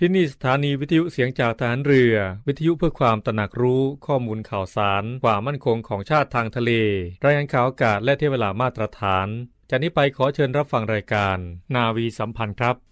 ที่นี่สถานีวิทยุเสียงจากทหารเรือวิทยุเพื่อความตระหนักรู้ข้อมูลข่าวสารความมั่นคงของชาติทางทะเลรายงานข่าวอากาศและเที่ยวเวลามาตรฐานจากนี้ไปขอเชิญรับฟังรายการนาวีสัมพันธ์ครับ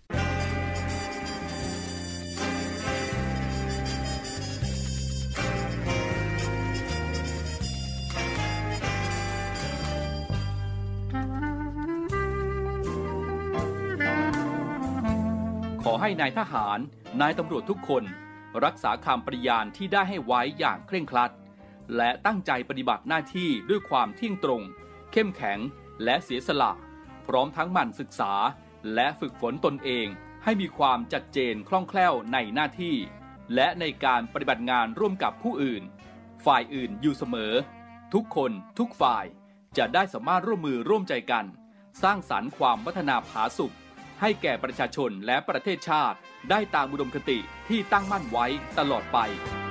ขอให้นายทหารนายตำรวจทุกคนรักษาคำปฏิญาณที่ได้ให้ไว้อย่างเคร่งครัดและตั้งใจปฏิบัติหน้าที่ด้วยความเที่ยงตรงเข้มแข็งและเสียสละพร้อมทั้งหมั่นศึกษาและฝึกฝนตนเองให้มีความชัดเจนคล่องแคล่วในหน้าที่และในการปฏิบัติงานร่วมกับผู้อื่นฝ่ายอื่นอยู่เสมอทุกคนทุกฝ่ายจะได้สามารถร่วมมือร่วมใจกันสร้างสรรค์ความพัฒนาผาสุกให้แก่ประชาชนและประเทศชาติได้ตามอุดมคติที่ตั้งมั่นไว้ตลอดไป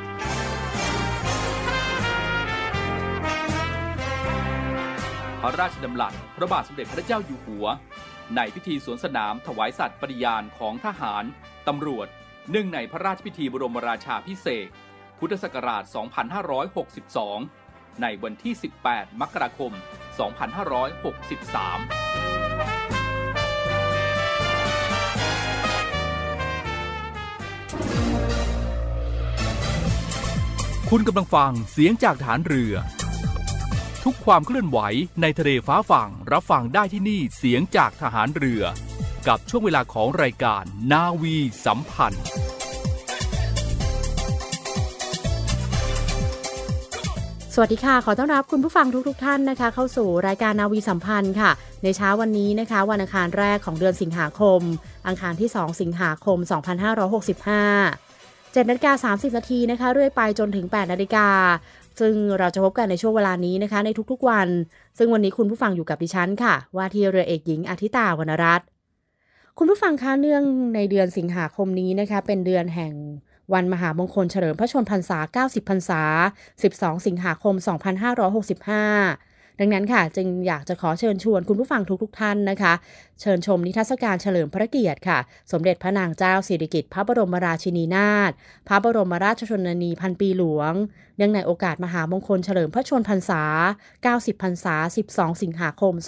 พระราชดำรัสพระบาทสมเด็จพระเจ้าอยู่หัวในพิธีสวนสนามถวายสัตย์ปฏิญาณของทหารตำรวจเนื่องในพระราชพิธีบรมราชาภิเษกพุทธศักราช 2562 ในวันที่ 18 มกราคม 2563คุณกำลังฟังเสียงจากฐานเรือทุกความเคลื่อนไหวในทะเลฟ้าฝั่งรับฟังได้ที่นี่เสียงจากทหารเรือกับช่วงเวลาของรายการนาวีสัมพันธ์สวัสดีค่ะขอต้อนรับคุณผู้ฟังทุกท่านนะคะเข้าสู่รายการนาวีสัมพันธ์ค่ะในเช้าวันนี้นะคะวันอังคารแรกของเดือนสิงหาคมอังคารที่2สิงหาคม2565 7:30 นาทีนะคะเรื่อยไปจนถึง 8 นาฬิกาซึ่งเราจะพบกันในช่วงเวลานี้นะคะในทุกๆวันซึ่งวันนี้คุณผู้ฟังอยู่กับดิฉันค่ะว่าที่เรือเอกหญิงอาทิตาวรรณรัตน์คุณผู้ฟังคะเนื่องในเดือนสิงหาคมนี้นะคะเป็นเดือนแห่งวันมหามงคลเฉลิมพระชนมพรรษา90พรรษา12สิงหาคม2565ดังนั้นค่ะจึงอยากจะขอเชิญชวนคุณผู้ฟังทุกท่านนะคะเชิญชมนิทรรศการเฉลิมพระเกียรติค่ะสมเด็จพระนางเจ้าสิริกิติ์พระบรมราชินีนาถพระบรมราชชนนีพันปีหลวงเนื่องในโอกาสมหามงคลเฉลิมพระชนมพรรษา90พรรษา12สิงหาคม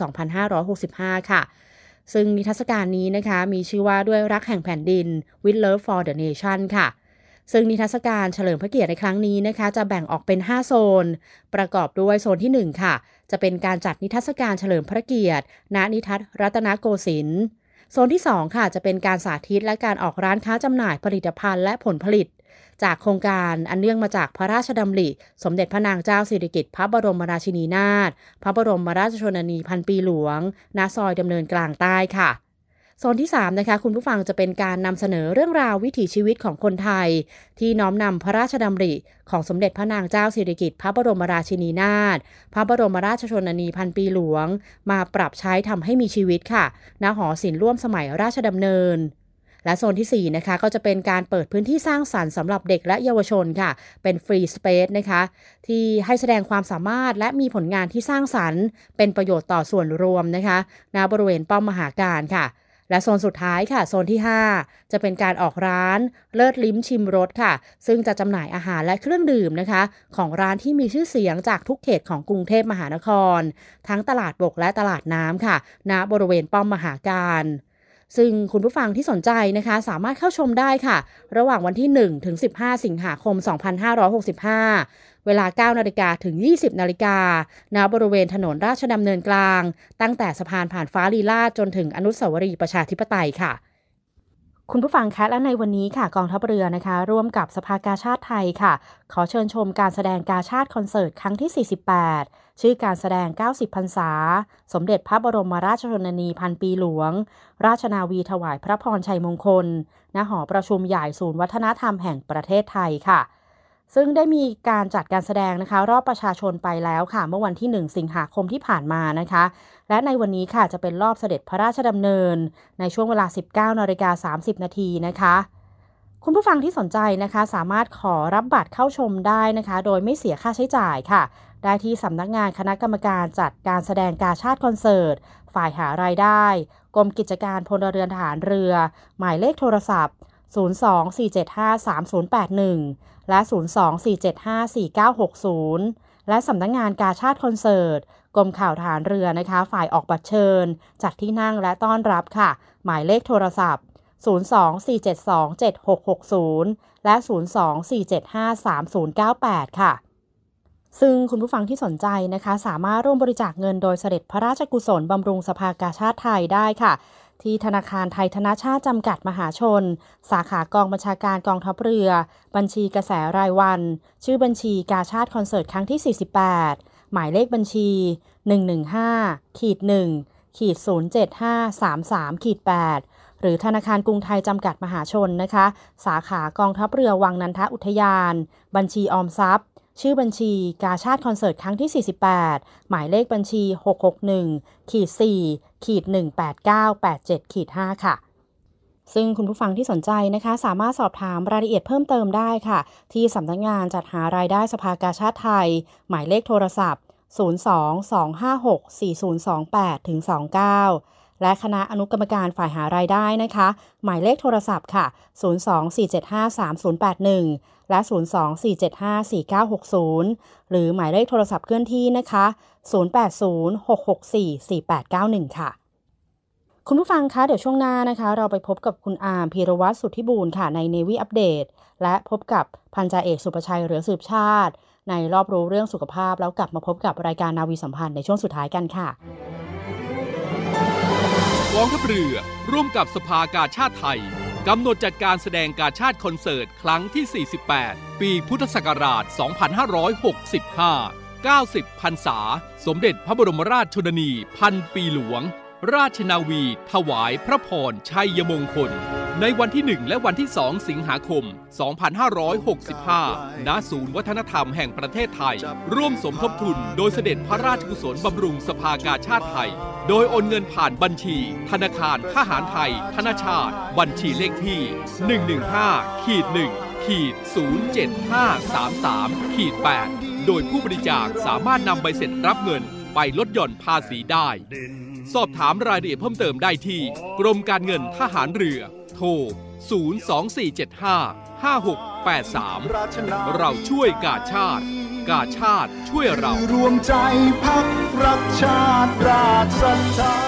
2565ค่ะซึ่งนิทรรศการนี้นะคะมีชื่อว่าด้วยรักแห่งแผ่นดิน With Love for the Nation ค่ะซึ่งนิทรรศการเฉลิมพระเกียรติในครั้งนี้นะคะจะแบ่งออกเป็น5โซนประกอบด้วยโซนที่1ค่ะจะเป็นการจัดนิทรรศการเฉลิมพระเกียรติณนิทรรศรัตนโกสินทร์โซนที่2ค่ะจะเป็นการสาธิตและการออกร้านค้าจำหน่ายผลิตภัณฑ์และผลผลิตจากโครงการอันเนื่องมาจากพระราชดำริสมเด็จพระนางเจ้าสิริกิติ์พระบรมราชินีนาถพระบรมราชชนนีพันปีหลวงณซอยดำเนินกลางใต้ค่ะโซนที่3นะคะคุณผู้ฟังจะเป็นการนำเสนอเรื่องราววิถีชีวิตของคนไทยที่น้อมนำพระราชดำริของสมเด็จพระนางเจ้าสิริกิติ์พระบรมราชินีนาถพระบรมราชชนนีพันปีหลวงมาปรับใช้ทำให้มีชีวิตค่ะณหอศิลป์ร่วมสมัยราชดำเนินและโซนที่4นะคะก็จะเป็นการเปิดพื้นที่สร้างสรรค์สำหรับเด็กและเยาวชนค่ะเป็นฟรีสเปซนะคะที่ให้แสดงความสามารถและมีผลงานที่สร้างสรรค์เป็นประโยชน์ต่อส่วนรวมนะคะณบริเวณป้อมมหาการค่ะและโซนสุดท้ายค่ะโซนที่5จะเป็นการออกร้านเลิศลิ้มชิมรสค่ะซึ่งจะจำหน่ายอาหารและเครื่องดื่มนะคะของร้านที่มีชื่อเสียงจากทุกเขตของกรุงเทพมหานครทั้งตลาดบกและตลาดน้ำค่ะณบริเวณป้อมมหาการซึ่งคุณผู้ฟังที่สนใจนะคะสามารถเข้าชมได้ค่ะระหว่างวันที่1ถึง15สิงหาคม2565เวลา 9 นาฬิกาถึง 20 นาฬิกาณบริเวณถนนราชดำเนินกลางตั้งแต่สะพานผ่านฟ้าลีลาศจนถึงอนุสาวรีย์ประชาธิปไตยค่ะคุณผู้ฟังคะและในวันนี้ค่ะกองทัพเรือนะคะร่วมกับสภากาชาดไทยค่ะขอเชิญชมการแสดงกาชาดคอนเสิร์ตครั้งที่48ชื่อการแสดง90พรรษาสมเด็จพระบรมราชชนนีพันปีหลวงราชนาวีถวายพระพรชัยมงคลณหอประชุมใหญ่ศูนย์วัฒนธรรมแห่งประเทศไทยค่ะซึ่งได้มีการจัดการแสดงนะคะรอบประชาชนไปแล้วค่ะเมื่อวันที่1สิงหาคมที่ผ่านมานะคะและในวันนี้ค่ะจะเป็นรอบเสด็จพระราชดำเนินในช่วงเวลา 19:30 นาทีนะคะคุณผู้ฟังที่สนใจนะคะสามารถขอรับบัตรเข้าชมได้นะคะโดยไม่เสียค่าใช้จ่ายค่ะได้ที่สำนักงานคณะกรรมการจัดการแสดงกาชาดคอนเสิร์ตฝ่ายหารายได้กรมกิจการพลเรือนทหารเรือหมายเลขโทรศัพท์ 024753081 และ 024754960 และสำนักงานกาชาดคอนเสิร์ตกรมข่าวทหารเรือนะคะฝ่ายออกบัตรเชิญจัดที่นั่งและต้อนรับค่ะหมายเลขโทรศัพท์024727660 และ 024753098 ค่ะซึ่งคุณผู้ฟังที่สนใจนะคะสามารถร่วมบริจาคเงินโดยเสด็จพระราชกุศลบำรุงสภากาชาดไทยได้ค่ะที่ธนาคารไทยธนชาติจำกัดมหาชนสาขากองบัญชาการกองทัพเรือบัญชีกระแสรายวันชื่อบัญชีกาชาดคอนเสิร์ตครั้งที่48หมายเลขบัญชี115-1-07533-8หรือธนาคารกรุงไทยจำกัดมหาชนนะคะสาขากองทัพเรือวังนันทอุทยานบัญชีออมทรัพย์ชื่อบัญชีกาชาดคอนเสิร์ตครั้งที่48หมายเลขบัญชี661-4-18987-5ค่ะซึ่งคุณผู้ฟังที่สนใจนะคะสามารถสอบถามรายละเอียดเพิ่มเติมได้ค่ะที่สำนักงานจัดหารายได้สภากาชาดไทยหมายเลขโทรศัพท์022564028-29และคณะอนุกรรมการฝ่ายหารายได้นะคะหมายเลขโทรศัพท์ค่ะ024753081และ024754960หรือหมายเลขโทรศัพท์เคลื่อนที่นะคะ0806644891ค่ะคุณผู้ฟังคะเดี๋ยวช่วงหน้านะคะเราไปพบกับคุณอาร์มพีรวัตรสุทธิบูรณ์ค่ะใน Navy Update และพบกับพันจ่าเอกสุประชัยเหลือสืบชาติในรอบรู้เรื่องสุขภาพแล้วกลับมาพบกับรายการนาวีสัมพันธ์ในช่วงสุดท้ายกันค่ะกองทัพเรือร่วมกับสภากาชาดไทยกำหนดจัดการแสดงกาชาดคอนเสิร์ตครั้งที่48ปีพุทธศักราช2565 90 พรรษาสมเด็จพระบรมราชชนนีพันปีหลวงราชนาวีถวายพระพรชัยมงคลในวันที่1และวันที่2สิงหาคม2565ณศูนย์วัฒนธรรมแห่งประเทศไทยร่วมสมทบทุนโดยเสด็จพระราชกุศลบำรุงสภากาชาดไทยโดยโอนเงินผ่านบัญชีธนาคารทหารไทยธนชาติบัญชีเลขที่115-1-07533-8โดยผู้บริจาคสามารถนำใบเสร็จรับเงินไปลดหย่อนภาษีได้สอบถามรายละเอียดเพิ่มเติมได้ที่กรมการเงินทหารเรือโทร024755683เราช่วยกาชาติกาชาติช่วยเรารวมใจพักรักชาติราชศรัทธา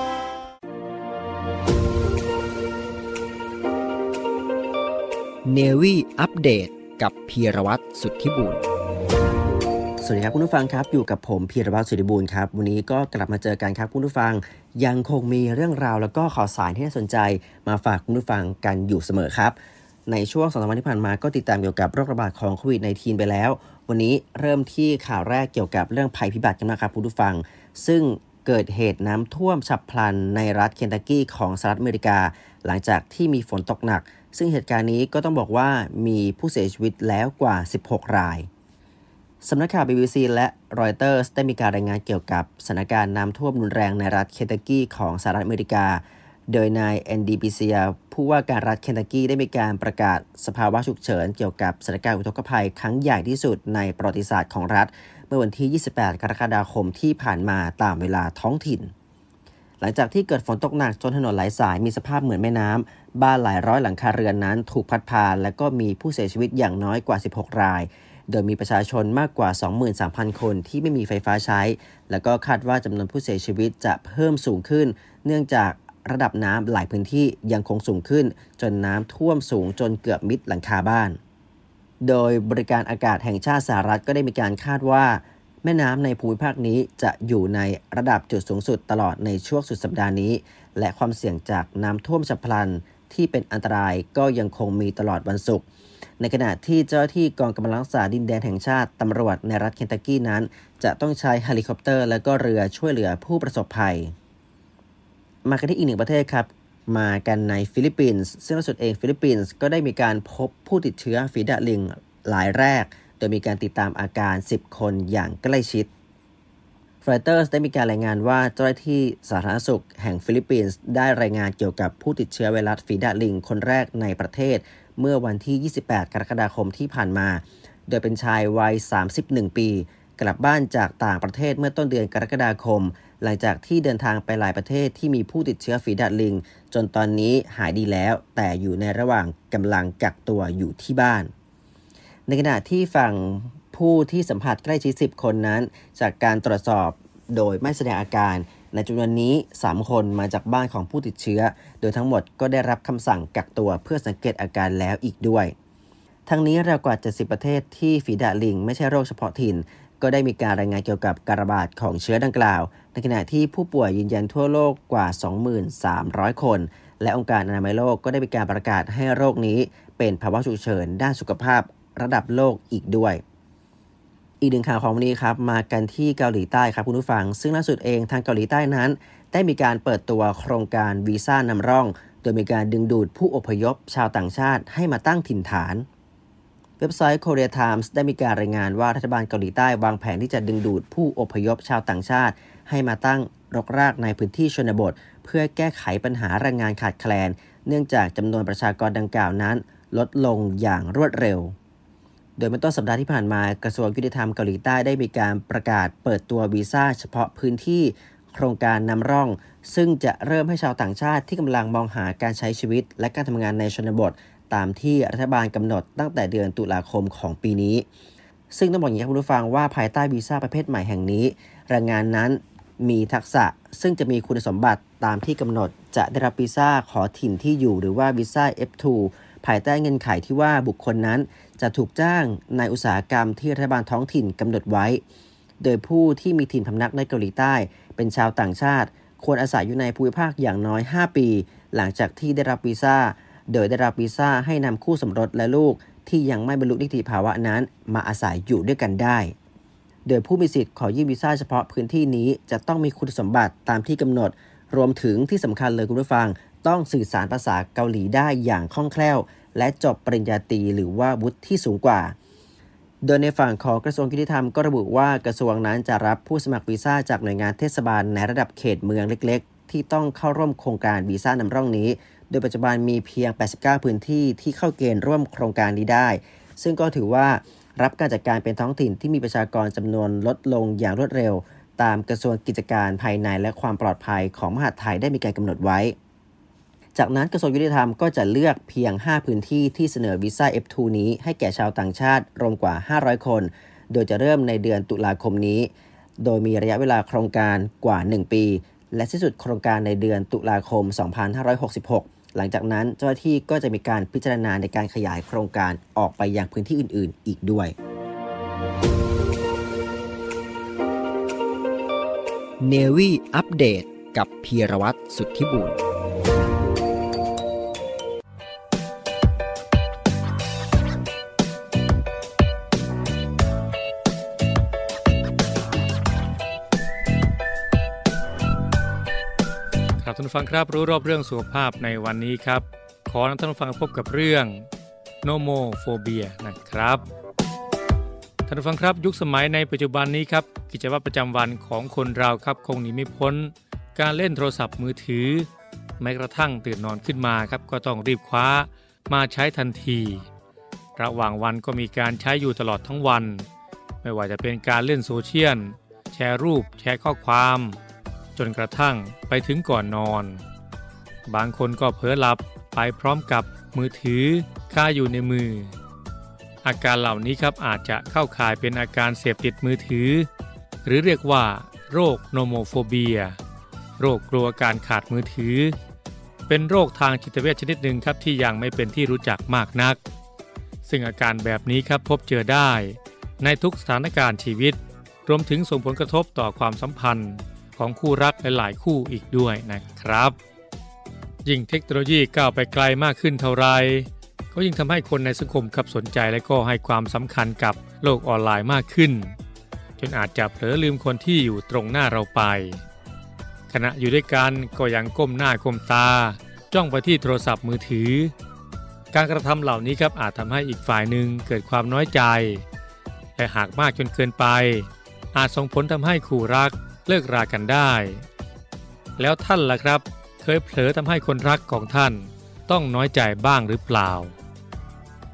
Navy อัปเดตกับพีรวัตรสุทธิบูรณ์สวัสดีครับคุณผู้ฟังครับอยู่กับผมพีรวัตรสุทธิบูรณ์ครับวันนี้ก็กลับมาเจอกันครับคุณผู้ฟังยังคงมีเรื่องราวแล้วก็ข่าวสารที่น่าสนใจมาฝากคุณผู้ฟังกันอยู่เสมอครับในช่วง 2-3 วันที่ผ่านมาก็ติดตามเกี่ยวกับโรคระบาดของโควิด -19 ไปแล้ววันนี้เริ่มที่ข่าวแรกเกี่ยวกับเรื่องภัยพิบัติกันนะครับคุณผู้ฟังซึ่งเกิดเหตุน้ำท่วมฉับพลันในรัฐเคนตักกี้ของสหรัฐอเมริกาหลังจากที่มีฝนตกหนักซึ่งเหตุการณ์นี้ก็ต้องบอกว่ามีผู้เสียชีวิตแล้วกว่า16รายสำนักข่าว BBC และ Reuters ได้มีการรายงานเกี่ยวกับสถานการณ์น้ำท่วมรุนแรงในรัฐเคนตักกี้ของสหรัฐอเมริกาโดยนายแอนดี ปิเซียผู้ว่าการรัฐเคนตักกี้ได้มีการประกาศสภาวะฉุกเฉินเกี่ยวกับสถานการณ์อุทกภัยครั้งใหญ่ที่สุดในประวัติศาสตร์ของรัฐเมื่อวันที่28กรกฎาคมที่ผ่านมาตามเวลาท้องถิ่นหลังจากที่เกิดฝนตกหนักจนถนนหลายสายมีสภาพเหมือนแม่น้ำบ้านหลายร้อยหลังคาเรือนนั้นถูกพัดพาและก็มีผู้เสียชีวิตอย่างน้อยกว่า16รายโดยมีประชาชนมากกว่า 23,000 คนที่ไม่มีไฟฟ้าใช้และก็คาดว่าจำนวนผู้เสียชีวิตจะเพิ่มสูงขึ้นเนื่องจากระดับน้ำหลายพื้นที่ยังคงสูงขึ้นจนน้ำท่วมสูงจนเกือบมิดหลังคาบ้านโดยบริการอากาศแห่งชาติสหรัฐก็ได้มีการคาดว่าแม่น้ำในภูมิภาคนี้จะอยู่ในระดับจุดสูงสุดตลอดในช่วงสุดสัปดาห์นี้และความเสี่ยงจากน้ำท่วมฉับพลันที่เป็นอันตรายก็ยังคงมีตลอดวันศุกร์ในขณะที่เจ้าหน้าที่กองกำลังรักษาดินแดนแห่งชาติตำรวจในรัฐเคนตักกี้นั้นจะต้องใช้เฮลิคอปเตอร์และก็เรือช่วยเหลือผู้ประสบภัยมากันที่อีกหนึ่งประเทศครับมากันในฟิลิปปินส์ซึ่งล่าสุดเองฟิลิปปินส์ก็ได้มีการพบผู้ติดเชื้อฝีดาดลิงรายแรกโดยมีการติดตามอาการ10คนอย่างใกล้ชิดReuters ได้มีการรายงานว่าเจ้าหน้าที่สาธารณสุขแห่งฟิลิปปินส์ได้รายงานเกี่ยวกับผู้ติดเชื้อไวรัสฝีดาดลิงคนแรกในประเทศเมื่อวันที่28กรกฎาคมที่ผ่านมาโดยเป็นชายวัย31ปีกลับบ้านจากต่างประเทศเมื่อต้นเดือนกรกฎาคมหลังจากที่เดินทางไปหลายประเทศที่มีผู้ติดเชื้อฝีดาษลิงจนตอนนี้หายดีแล้วแต่อยู่ในระหว่างกำลังกักตัวอยู่ที่บ้านในขณะที่ฝั่งผู้ที่สัมผัสใกล้ชิด10คนนั้นจากการตรวจสอบโดยไม่แสดงอาการในจำนวนนี้3คนมาจากบ้านของผู้ติดเชื้อโดยทั้งหมดก็ได้รับคำสั่งกักตัวเพื่อสังเกตอาการแล้วอีกด้วยทั้งนี้ราวกว่า70ประเทศที่ฝีดาษลิงไม่ใช่โรคเฉพาะถิ่นก็ได้มีการรายงานเกี่ยวกับการระบาดของเชื้อดังกล่าวในขณะที่ผู้ป่วยยืนยันทั่วโลกกว่า 23,000 คนและองค์การอนามัยโลกก็ได้มีการประกาศให้โรคนี้เป็นภาวะฉุกเฉินด้านสุขภาพระดับโลกอีกด้วยอีกหนึ่งข่าวของวันนี้ครับมากันที่เกาหลีใต้ครับคุณผู้ฟังซึ่งล่าสุดเองทางเกาหลีใต้นั้นได้มีการเปิดตัวโครงการวีซ่านำร่องโดยมีการดึงดูดผู้อพยพชาวต่างชาติให้มาตั้งถิ่นฐานเว็บไซต์ Korea Times ได้มีการรายงานว่ารัฐบาลเกาหลีใต้วางแผนที่จะดึงดูดผู้อพยพชาวต่างชาติให้มาตั้งรกรากในพื้นที่ชนบทเพื่อแก้ไขปัญหาแรงงานขาดแคลนเนื่องจากจำนวนประชากรดังกล่าวนั้นลดลงอย่างรวดเร็วโดยเมื่อต้นสัปดาห์ที่ผ่านมากระทรวงยุติธรรมเกาหลีใต้ได้มีการประกาศเปิดตัววีซ่าเฉพาะพื้นที่โครงการนำร่องซึ่งจะเริ่มให้ชาวต่างชาติที่กำลังมองหาการใช้ชีวิตและการทำงานในชนบทตามที่รัฐบาลกำหนดตั้งแต่เดือนตุลาคมของปีนี้ซึ่งต้องบอกอย่างนี้ครับคุณผู้ฟังว่าภายใต้วีซ่าประเภทใหม่แห่งนี้แรงงานนั้นมีทักษะซึ่งจะมีคุณสมบัติตามที่กำหนดจะได้รับวีซ่าขอถิ่นที่อยู่หรือว่าวีซ่า F2 ภายใต้เงื่อนไขที่ว่าบุคคลนั้นจะถูกจ้างในอุตสาหกรรมที่รัฐบาลท้องถิ่นกำหนดไว้โดยผู้ที่มีถิ่นพำนักในเกาหลีใต้เป็นชาวต่างชาติควรอาศัยอยู่ในภูมิภาคอย่างน้อย5ปีหลังจากที่ได้รับวีซ่าโดยได้รับวีซ่าให้นำคู่สมรสและลูกที่ยังไม่บรรลุนิติภาวะนั้นมาอาศัยอยู่ด้วยกันได้โดยผู้มีสิทธิ์ขอยื่นวีซ่าเฉพาะพื้นที่นี้จะต้องมีคุณสมบัติตามที่กำหนดรวมถึงที่สำคัญเลยคุณผู้ฟังต้องสื่อสารภาษาเกาหลีได้อย่างคล่องแคล่วและจบปริญญาตรีหรือว่าวุฒิที่สูงกว่าโดยในฝั่งของกระทรวงยุติธรรมก็ระบุว่ากระทรวงนั้นจะรับผู้สมัครวีซ่าจากหน่วยงานเทศบาลในระดับเขตเมืองเล็กๆที่ต้องเข้าร่วมโครงการวีซ่านำร่องนี้โดยปัจจุบันมีเพียง89พื้นที่ที่เข้าเกณฑ์ร่วมโครงการนี้ได้ซึ่งก็ถือว่ารับการจัดการเป็นท้องถิ่นที่มีประชากรจำนวนลดลงอย่างรวดเร็วตามกระทรวงกิจการภายในและความปลอดภัยของมหาดไทยได้มีการกำหนดไว้จากนั้นกระทรวงยุติธรรมก็จะเลือกเพียง5พื้นที่ที่เสนอวีซ่า F2 นี้ให้แก่ชาวต่างชาติรวมกว่า500คนโดยจะเริ่มในเดือนตุลาคมนี้โดยมีระยะเวลาโครงการกว่า1ปีและสิ้นสุดโครงการในเดือนตุลาคม2566หลังจากนั้นเจ้าหน้าที่ก็จะมีการพิจารณาในการขยายโครงการออกไปยังพื้นที่อื่นๆอีกด้วย Navy อัปเดตกับพีรวัตรสุทธิบุญท่านผู้ฟังครับรู้รอบเรื่องสุขภาพในวันนี้ครับขอนำท่านผู้ฟังพบกับเรื่องโนโมโฟเบียนะครับท่านผู้ฟังครับยุคสมัยในปัจจุบันนี้ครับกิจวัตรประจำวันของคนเราครับคงหนีไม่พ้นการเล่นโทรศัพท์มือถือแม้กระทั่งตื่นนอนขึ้นมาครับก็ต้องรีบคว้ามาใช้ทันทีระหว่างวันก็มีการใช้อยู่ตลอดทั้งวันไม่ว่าจะเป็นการเล่นโซเชียลแชร์รูปแชร์ข้อความจนกระทั่งไปถึงก่อนนอนบางคนก็เผลอหลับไปพร้อมกับมือถือคาอยู่ในมืออาการเหล่านี้ครับอาจจะเข้าข่ายเป็นอาการเสพติดมือถือหรือเรียกว่าโรคโนโมโฟเบียโรคกลัวการขาดมือถือเป็นโรคทางจิตเวชชนิดหนึ่งครับที่ยังไม่เป็นที่รู้จักมากนักซึ่งอาการแบบนี้ครับพบเจอได้ในทุกสถานการณ์ชีวิตรวมถึงส่งผลกระทบต่อความสัมพันธ์ของคู่รักหลายๆคู่อีกด้วยนะครับยิ่งเทคโนโลยีก้าวไปไกลมากขึ้นเท่าไรก็ยิ่งทำให้คนในสังคมขับสนใจและก็ให้ความสำคัญกับโลกออนไลน์มากขึ้นจนอาจจะเผลอลืมคนที่อยู่ตรงหน้าเราไปขณะอยู่ด้วยกันก็ยังก้มหน้าก้มตาจ้องไปที่โทรศัพท์มือถือการกระทำเหล่านี้ครับอาจทำให้อีกฝ่ายหนึ่งเกิดความน้อยใจและหากมากจนเกินไปอาจส่งผลทำให้คู่รักเลิกรากันได้แล้วท่านล่ะครับเคยเผลอทำให้คนรักของท่านต้องน้อยใจบ้างหรือเปล่า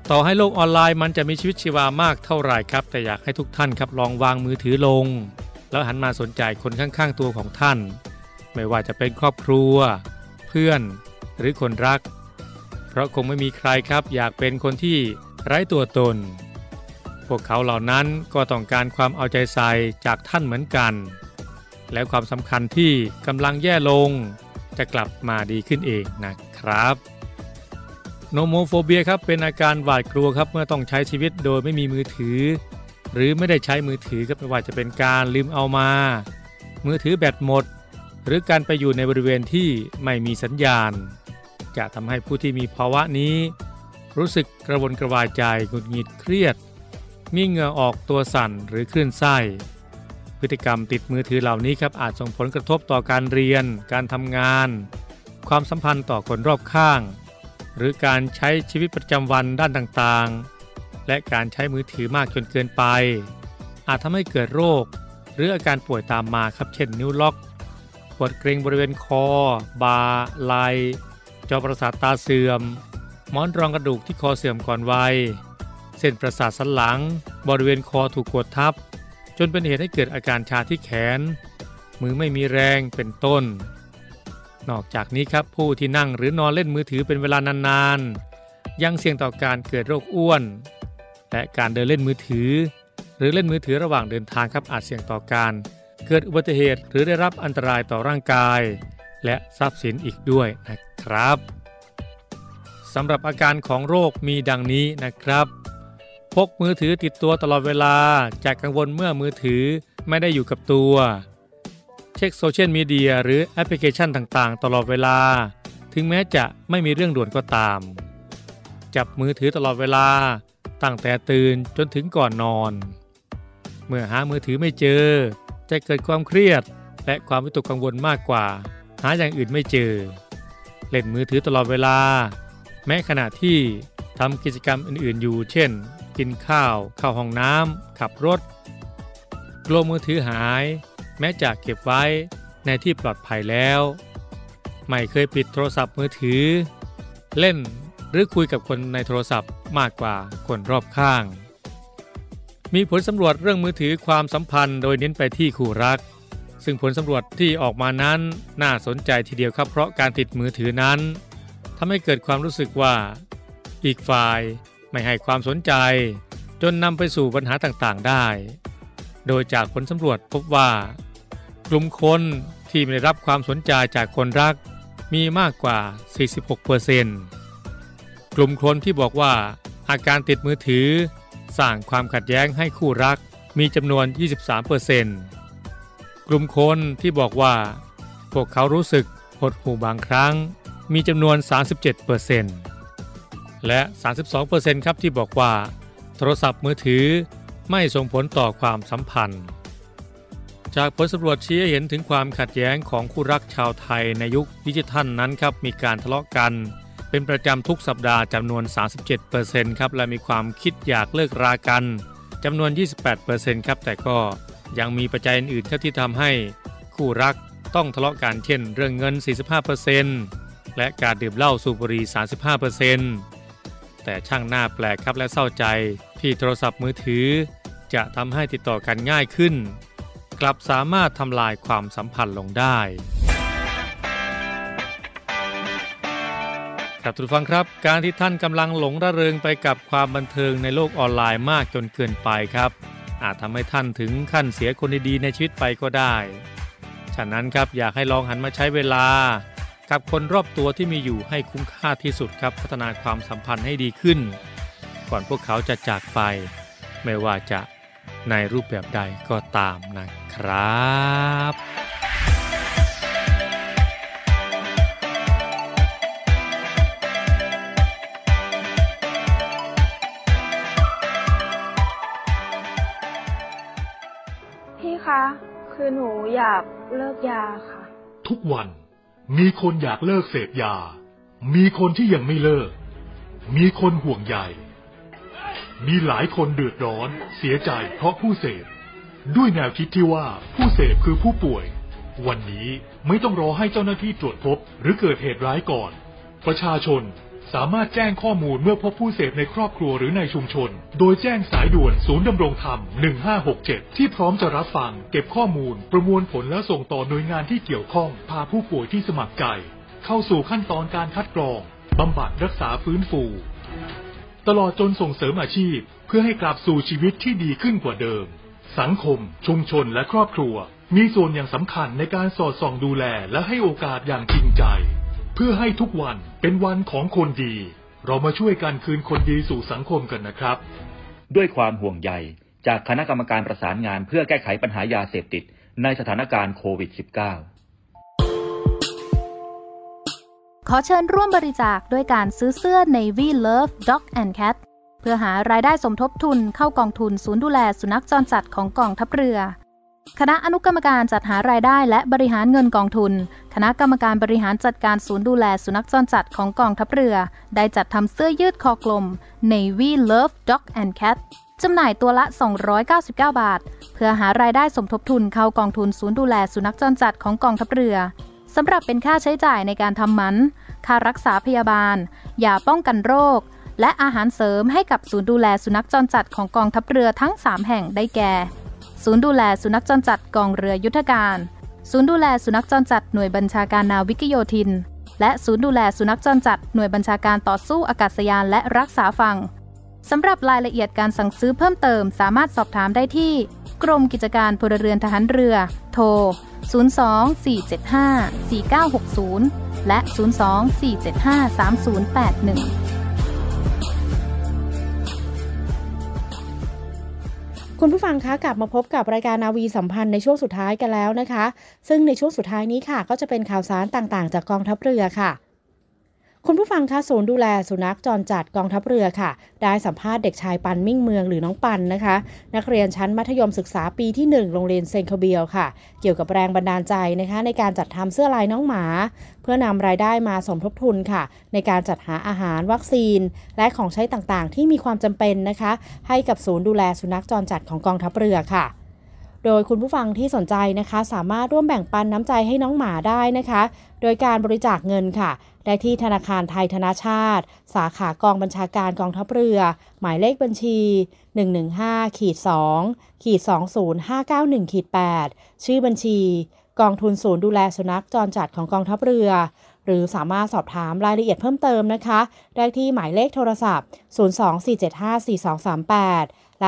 ต่อให้โลกออนไลน์มันจะมีชีวิตชีวามากเท่าไหร่ครับแต่อยากให้ทุกท่านครับลองวางมือถือลงแล้วหันมาสนใจคนข้างๆตัวของท่านไม่ว่าจะเป็นครอบครัวเพื่อนหรือคนรักเพราะคงไม่มีใครครับอยากเป็นคนที่ไร้ตัวตนพวกเขาเหล่านั้นก็ต้องการความเอาใจใส่จากท่านเหมือนกันและความสำคัญที่กำลังแย่ลงจะกลับมาดีขึ้นเองนะครับโนโมโฟเบียครับเป็นอาการหวาดกลัวครับเมื่อต้องใช้ชีวิตโดยไม่มีมือถือหรือไม่ได้ใช้มือถือครับไม่ว่าจะเป็นการลืมเอามามือถือแบตหมดหรือการไปอยู่ในบริเวณที่ไม่มีสัญญาณจะทำให้ผู้ที่มีภาวะนี้รู้สึกกระวนกระวายใจหงุดหงิดเครียดมีเหงื่อออกตัวสั่นหรือคลื่นไส้พฤติกรรมติดมือถือเหล่านี้ครับอาจส่งผลกระทบต่อการเรียนการทำงานความสัมพันธ์ต่อคนรอบข้างหรือการใช้ชีวิตประจำวันด้านต่างๆและการใช้มือถือมากจนเกินไปอาจทำให้เกิดโรคหรืออาการป่วยตามมาครับเช่นนิ้วล็อกปวดเกร็งบริเวณคอบ่าไหล่จอประสาทตาเสื่อมหมอนรองกระดูกที่คอเสื่อมก่อนวัยเส้นประสาทสันหลังบริเวณคอถูกกดทับจนเป็นเหตุให้เกิดอาการชาที่แขนมือไม่มีแรงเป็นต้นนอกจากนี้ครับผู้ที่นั่งหรือนอนเล่นมือถือเป็นเวลานานๆยังเสี่ยงต่อการเกิดโรคอ้วนและการเดินเล่นมือถือหรือเล่นมือถือระหว่างเดินทางครับอาจเสี่ยงต่อการเกิดอุบัติเหตุหรือได้รับอันตรายต่อร่างกายและทรัพย์สินอีกด้วยนะครับสำหรับอาการของโรคมีดังนี้นะครับพกมือถือติดตัวตลอดเวลาจากกังวลเมื่อมือถือไม่ได้อยู่กับตัวเช็คโซเชียลมีเดียหรือแอปพลิเคชันต่างๆตลอดเวลาถึงแม้จะไม่มีเรื่องด่วนก็ตามจับมือถือตลอดเวลาตั้งแต่ตื่นจนถึงก่อนนอนเมื่อหามือถือไม่เจอจะเกิดความเครียดและความวิตกกังวลมากกว่าหาอย่างอื่นไม่เจอเล่นมือถือตลอดเวลาแม้ขณะที่ทำกิจกรรมอื่นๆอยู่เช่นกินข้าวเข้าห้องน้ำขับรถกลัวมือถือหายแม้จะเก็บไว้ในที่ปลอดภัยแล้วไม่เคยปิดโทรศัพท์มือถือเล่นหรือคุยกับคนในโทรศัพท์มากกว่าคนรอบข้างมีผลสำรวจเรื่องมือถือความสัมพันธ์โดยเน้นไปที่คู่รักซึ่งผลสำรวจที่ออกมานั้นน่าสนใจทีเดียวครับเพราะการติดมือถือนั้นทำให้เกิดความรู้สึกว่าอีกฝ่ายไม่ให้ความสนใจจนนำไปสู่ปัญหาต่างๆได้โดยจากผลสำรวจพบว่ากลุ่มคนที่ไม่ได้รับความสนใจจากคนรักมีมากกว่า 46% กลุ่มคนที่บอกว่าอาการติดมือถือสร้างความขัดแย้งให้คู่รักมีจำนวน 23% กลุ่มคนที่บอกว่าพวกเขารู้สึกหดหู่บางครั้งมีจำนวน 37% และ 32% ครับที่บอกว่าโทรศัพท์มือถือไม่ส่งผลต่อความสัมพันธ์จากผลสำรวจชี้ให้เห็นถึงความขัดแย้งของคู่รักชาวไทยในยุคดิจิทัลนั้นครับมีการทะเลาะกันเป็นประจำทุกสัปดาห์จำนวน 37% ครับและมีความคิดอยากเลิกรากันจำนวน 28% ครับแต่ก็ยังมีปัจจัยอื่นๆที่ทำให้คู่รักต้องทะเลาะกันเช่นเรื่องเงิน 45% และการดื่มเหล้าสูบบุหรี่ 35% แต่ช่างน่าแปลกครับและเศร้าใจที่โทรศัพท์มือถือจะทำให้ติดต่อกันง่ายขึ้นกลับสามารถทำลายความสัมพันธ์ลงได้ครับทุกฟังครับการที่ท่านกำลังหลงระเริงไปกับความบันเทิงในโลกออนไลน์มากจนเกินไปครับอาจทำให้ท่านถึงขั้นเสียคนดีๆในชีวิตไปก็ได้ฉะนั้นครับอยากให้ลองหันมาใช้เวลากับคนรอบตัวที่มีอยู่ให้คุ้มค่าที่สุดครับพัฒนาความสัมพันธ์ให้ดีขึ้นก่อนพวกเขาจะจากไปไม่ว่าจะในรูปแบบใดก็ตามนะครับพี่คะคือหนูอยากเลิกยาค่ะทุกวันมีคนอยากเลิกเสพยามีคนที่ยังไม่เลิกมีคนห่วงใยมีหลายคนเดือดร้อนเสียใจเพราะผู้เสพด้วยแนวคิดที่ว่าผู้เสพคือผู้ป่วยวันนี้ไม่ต้องรอให้เจ้าหน้าที่ตรวจพบหรือเกิดเหตุร้ายก่อนประชาชนสามารถแจ้งข้อมูลเมื่อพบผู้เสพในครอบครัวหรือในชุมชนโดยแจ้งสายด่วนศูนย์ดำรงธรรม1567ที่พร้อมจะรับฟังเก็บข้อมูลประมวลผลและส่งต่อหน่วยงานที่เกี่ยวข้องพาผู้ป่วยที่สมัครใจเข้าสู่ขั้นตอนการคัดกรองบำบัดรักษาฟื้นฟูตลอดจนส่งเสริมอาชีพเพื่อให้กลับสู่ชีวิตที่ดีขึ้นกว่าเดิมสังคมชุมชนและครอบครัวมีส่วนอย่างสำคัญในการสอดส่องดูแลและให้โอกาสอย่างจริงใจเพื่อให้ทุกวันเป็นวันของคนดีเรามาช่วยกันคืนคนดีสู่สังคมกันนะครับด้วยความห่วงใยจากคณะกรรมการประสานงานเพื่อแก้ไขปัญหายาเสพติดในสถานการณ์โควิด -19 ขอเชิญร่วมบริจาคด้วยการซื้อเสื้อ Navy Love Dog and Cat เพื่อหารายได้สมทบทุนเข้ากองทุนศูนย์ดูแลสุนัขจรจัดของกองทัพเรือคณะอนุกรรมการจัดหารายได้และบริหารเงินกองทุนคณะกรรมการบริหารจัดการศูนย์ดูแลสุนัขจรจัดของกองทัพเรือได้จัดทำเสื้อยืดคอกลม Navy Love Dog and Cat จำหน่ายตัวละ299 บาทเพื่อหารายได้สมทบทุนเข้ากองทุนศูนย์ดูแลสุนัขจรจัดของกองทัพเรือสำหรับเป็นค่าใช้จ่ายในการทำหมันค่ารักษาพยาบาลยาป้องกันโรคและอาหารเสริมให้กับศูนย์ดูแลสุนัขจรจัดของกองทัพเรือทั้ง3แห่งได้แก่ศูนย์ดูแลสุนัขจรจัดกองเรือยุทธการศูนย์ดูแลสุนัขจรจัดหน่วยบัญชาการนาวิกโยธินและศูนย์ดูแลสุนัขจรจัดหน่วยบัญชาการต่อสู้อากาศยานและรักษาฝั่งสำหรับรายละเอียดการสั่งซื้อเพิ่มเติมสามารถสอบถามได้ที่กรมกิจการพลเรือนทหารเรือโทร02-475-4960และ02-475-3081 คุณผู้ฟังคะกลับมาพบกับรายการนาวีสัมพันธ์ในช่วงสุดท้ายกันแล้วนะคะซึ่งในช่วงสุดท้ายนี้ค่ะก็จะเป็นข่าวสารต่างๆจากกองทัพเรือค่ะคุณผู้ฟังคะศูนย์ดูแลสุนัขจรจัดกองทัพเรือค่ะได้สัมภาษณ์เด็กชายปันมิ่งเมืองหรือน้องปันนะคะนักเรียนชั้นมัธยมศึกษาปีที่1โรงเรียนเซนคาเบียลค่ะเกี่ยวกับแรงบันดาลใจนะคะในการจัดทำเสื้อลายน้องหมาเพื่อนำรายได้มาสมทบทุนค่ะในการจัดหาอาหารวัคซีนและของใช้ต่างๆที่มีความจำเป็นนะคะให้กับศูนย์ดูแลสุนัขจรจัดของกองทัพเรือค่ะโดยคุณผู้ฟังที่สนใจนะคะสามารถร่วมแบ่งปันน้ำใจให้น้องหมาได้นะคะโดยการบริจาคเงินค่ะได้ที่ธนาคารไทยธนชาติสาขากองบัญชาการกองทัพเรือหมายเลขบัญชี 115-2-20591-8 ชื่อบัญชีกองทุนศูนย์ดูแลสุนัขจรจัดของกองทัพเรือหรือสามารถสอบถามรายละเอียดเพิ่มเติมนะคะได้ที่หมายเลขโทรศัพท์ 024754238 และ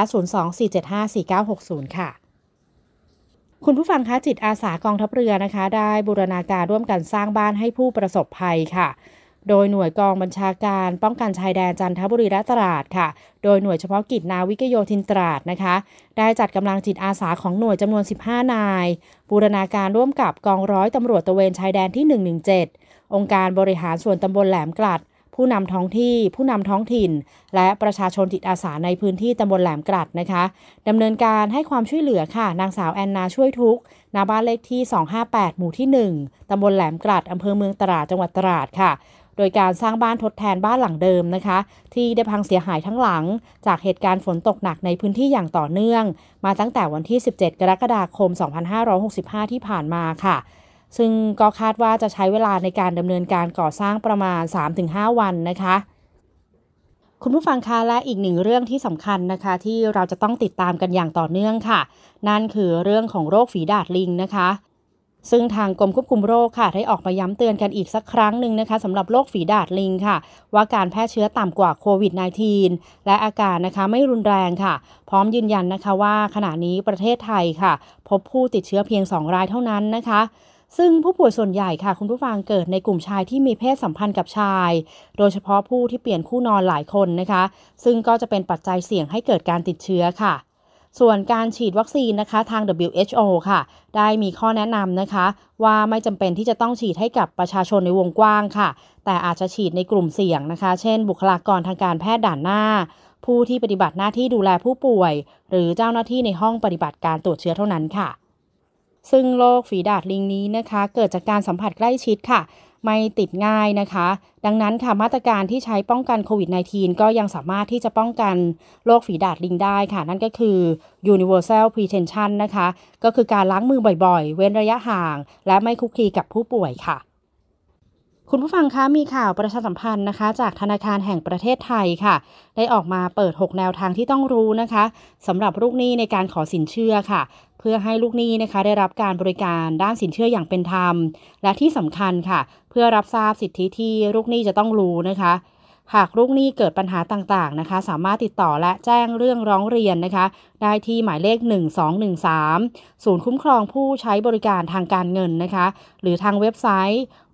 024754960 ค่ะคุณผู้ฟังคะจิตอาสากองทัพเรือนะคะได้บูรณาการร่วมกันสร้างบ้านให้ผู้ประสบภัยค่ะโดยหน่วยกองบัญชาการป้องกันชายแดนจันทบุรีและตราดค่ะโดยหน่วยเฉพาะกิจนาวิกโยธินตราดนะคะได้จัดกำลังจิตอาสาของหน่วยจำนวน15นายบูรณาการร่วมกับกองร้อยตำรวจตระเวนชายแดนที่117องค์การบริหารส่วนตำบลแหลมกลัดผู้นำท้องที่ผู้นำท้องถิ่นและประชาชนจิตอาสาในพื้นที่ตำบลแหลมกลัดนะคะดำเนินการให้ความช่วยเหลือค่ะนางสาวแอนนาช่วยทุกข์ณบ้านเลขที่258หมู่ที่1ตำบลแหลมกลัดอำเภอเมืองตราดจังหวัดตราดค่ะโดยการสร้างบ้านทดแทนบ้านหลังเดิมนะคะที่ได้พังเสียหายทั้งหลังจากเหตุการณ์ฝนตกหนักในพื้นที่อย่างต่อเนื่องมาตั้งแต่วันที่17กรกฎาคม2565ที่ผ่านมาค่ะซึ่งก็คาดว่าจะใช้เวลาในการดำเนินการก่อสร้างประมาณ 3-5 วันนะคะคุณผู้ฟังคะและอีกหนึ่งเรื่องที่สำคัญนะคะที่เราจะต้องติดตามกันอย่างต่อเนื่องค่ะนั่นคือเรื่องของโรคฝีดาษลิงนะคะซึ่งทางกรมควบคุมโรคค่ะได้ออกมาย้ำเตือนกันอีกสักครั้งหนึ่งนะคะสำหรับโรคฝีดาษลิงค่ะว่าการแพร่เชื้อต่ำกว่าโควิด -19 และอาการนะคะไม่รุนแรงค่ะพร้อมยืนยันนะคะว่าขณะนี้ประเทศไทยค่ะพบผู้ติดเชื้อเพียง2รายเท่านั้นนะคะซึ่งผู้ป่วยส่วนใหญ่ค่ะคุณผู้ฟังเกิดในกลุ่มชายที่มีเพศสัมพันธ์กับชายโดยเฉพาะผู้ที่เปลี่ยนคู่นอนหลายคนนะคะซึ่งก็จะเป็นปัจจัยเสี่ยงให้เกิดการติดเชื้อค่ะส่วนการฉีดวัคซีนนะคะทาง WHO ค่ะได้มีข้อแนะนำนะคะว่าไม่จำเป็นที่จะต้องฉีดให้กับประชาชนในวงกว้างค่ะแต่อาจจะฉีดในกลุ่มเสี่ยงนะคะเช่นบุคลากรทางการแพทย์ด่านหน้าผู้ที่ปฏิบัติหน้าที่ดูแลผู้ป่วยหรือเจ้าหน้าที่ในห้องปฏิบัติการตรวจเชื้อเท่านั้นค่ะซึ่งโรคฝีดาษลิงนี้นะคะเกิดจากการสัมผัสใกล้ชิดค่ะไม่ติดง่ายนะคะดังนั้นค่ะมาตรการที่ใช้ป้องกันโควิด -19 ก็ยังสามารถที่จะป้องกันโรคฝีดาษลิงได้ค่ะนั่นก็คือ universal prevention นะคะก็คือการล้างมือบ่อยๆเว้นระยะห่างและไม่คุกคีกับผู้ป่วยค่ะคุณผู้ฟังคะมีข่าวประชาสัมพันธ์นะคะจากธนาคารแห่งประเทศไทยค่ะได้ออกมาเปิด6แนวทางที่ต้องรู้นะคะสำหรับลูกหนี้ในการขอสินเชื่อค่ะเพื่อให้ลูกหนี้นะคะได้รับการบริการด้านสินเชื่ออย่างเป็นธรรมและที่สำคัญค่ะเพื่อรับทราบสิทธิที่ลูกหนี้จะต้องรู้นะคะหากลูกหนี้เกิดปัญหาต่างๆนะคะสามารถติดต่อและแจ้งเรื่องร้องเรียนนะคะได้ที่หมายเลข1213ศูนย์คุ้มครองผู้ใช้บริการทางการเงินนะคะหรือทางเว็บไซต์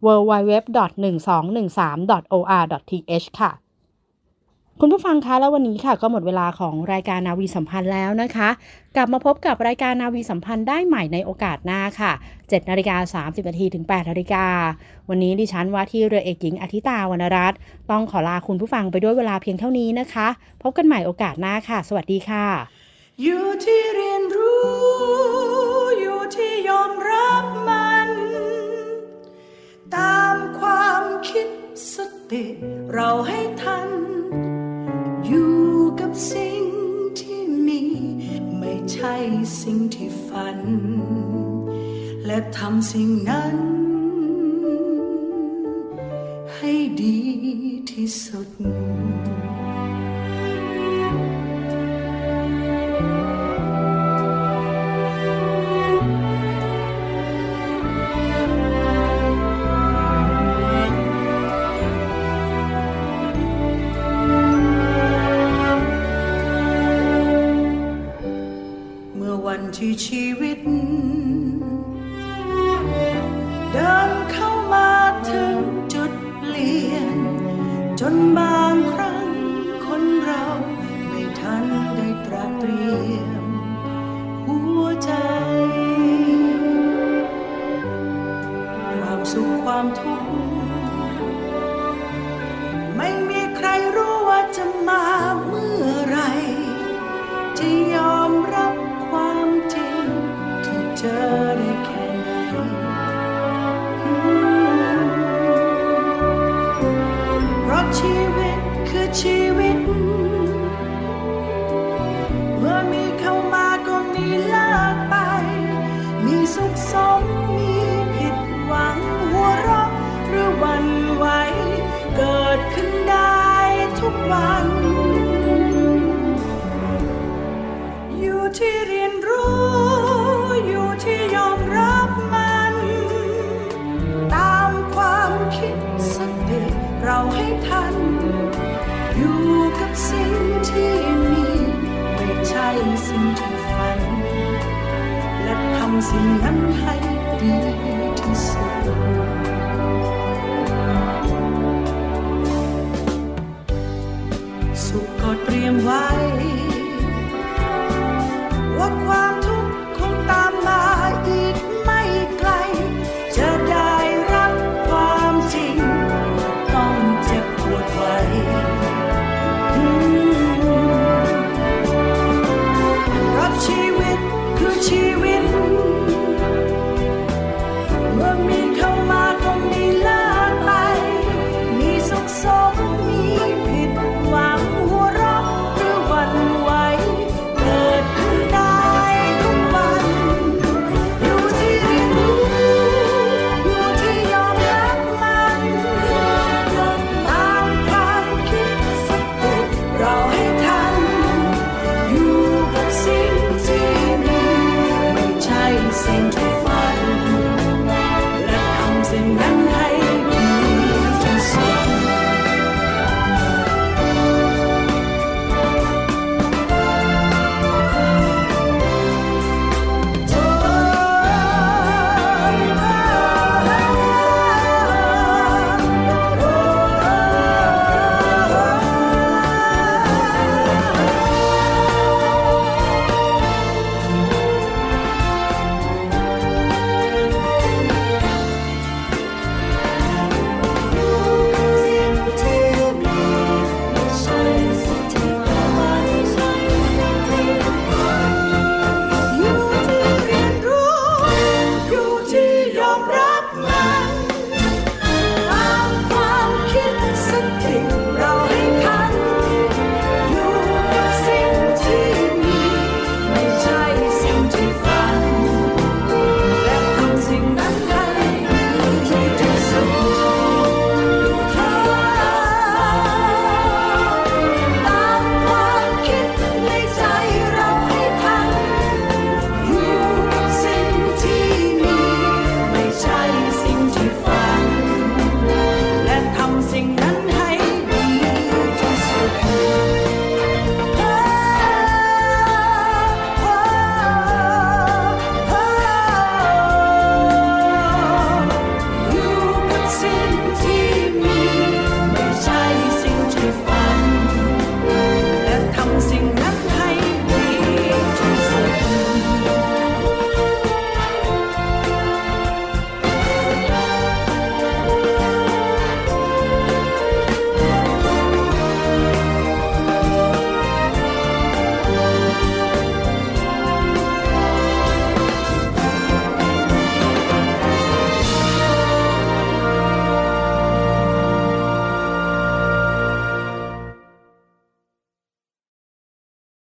www.1213.or.th ค่ะคุณผู้ฟังคะแล้ววันนี้ค่ะก็หมดเวลาของรายการนาวีสัมพันธ์แล้วนะคะกลับมาพบกับรายการนาวีสัมพันธ์ได้ใหม่ในโอกาสหน้าค่ะ 7:30 นถึง 8:00 นวันนี้ดิฉันว่าที่เรือเอกหญิงอธิตาวรรณรัตน์ต้องขอลาคุณผู้ฟังไปด้วยเวลาเพียงเท่านี้นะคะพบกันใหม่โอกาสหน้าค่ะสวัสดีค่ะอยู่ที่เรียนรู้อยู่ที่ยอมรับมันตามความคิดสติเราให้ทันอยู่กับสิ่งที่มีไม่ใช่สิ่งที่ฝันและทำสิ่งนั้นให้ดีที่สุดที่ชีวิตเดินเข้ามาถึงจุดเปลี่ยนจนบางครั้งคนเราไม่ทันได้ตระเตรียมหัวใจความสุขความทุกข์ไม่มีใครรู้ว่าจะมาเมื่อไรจะยอมรับความจริงที่เจอได้แค่ไหนเพราะชีวิตคือชีวิตเมื่อมีเข้ามาก็มีเลิกไปมีสุขสมมีผิดหวังหัวเราะหรือหวั่นไหวเกิดขึ้นได้ทุกวันอยู่ที่เรียนรู้อยู่ที่ยอมรับมันตามความคิดสติเราให้ทันอยู่กับสิ่งที่มีไม่ใช่สิ่งที่ฝันและทำสิ่งนั้นให้ดีที่สุดสุขก็เตรียมไว้ว่าความ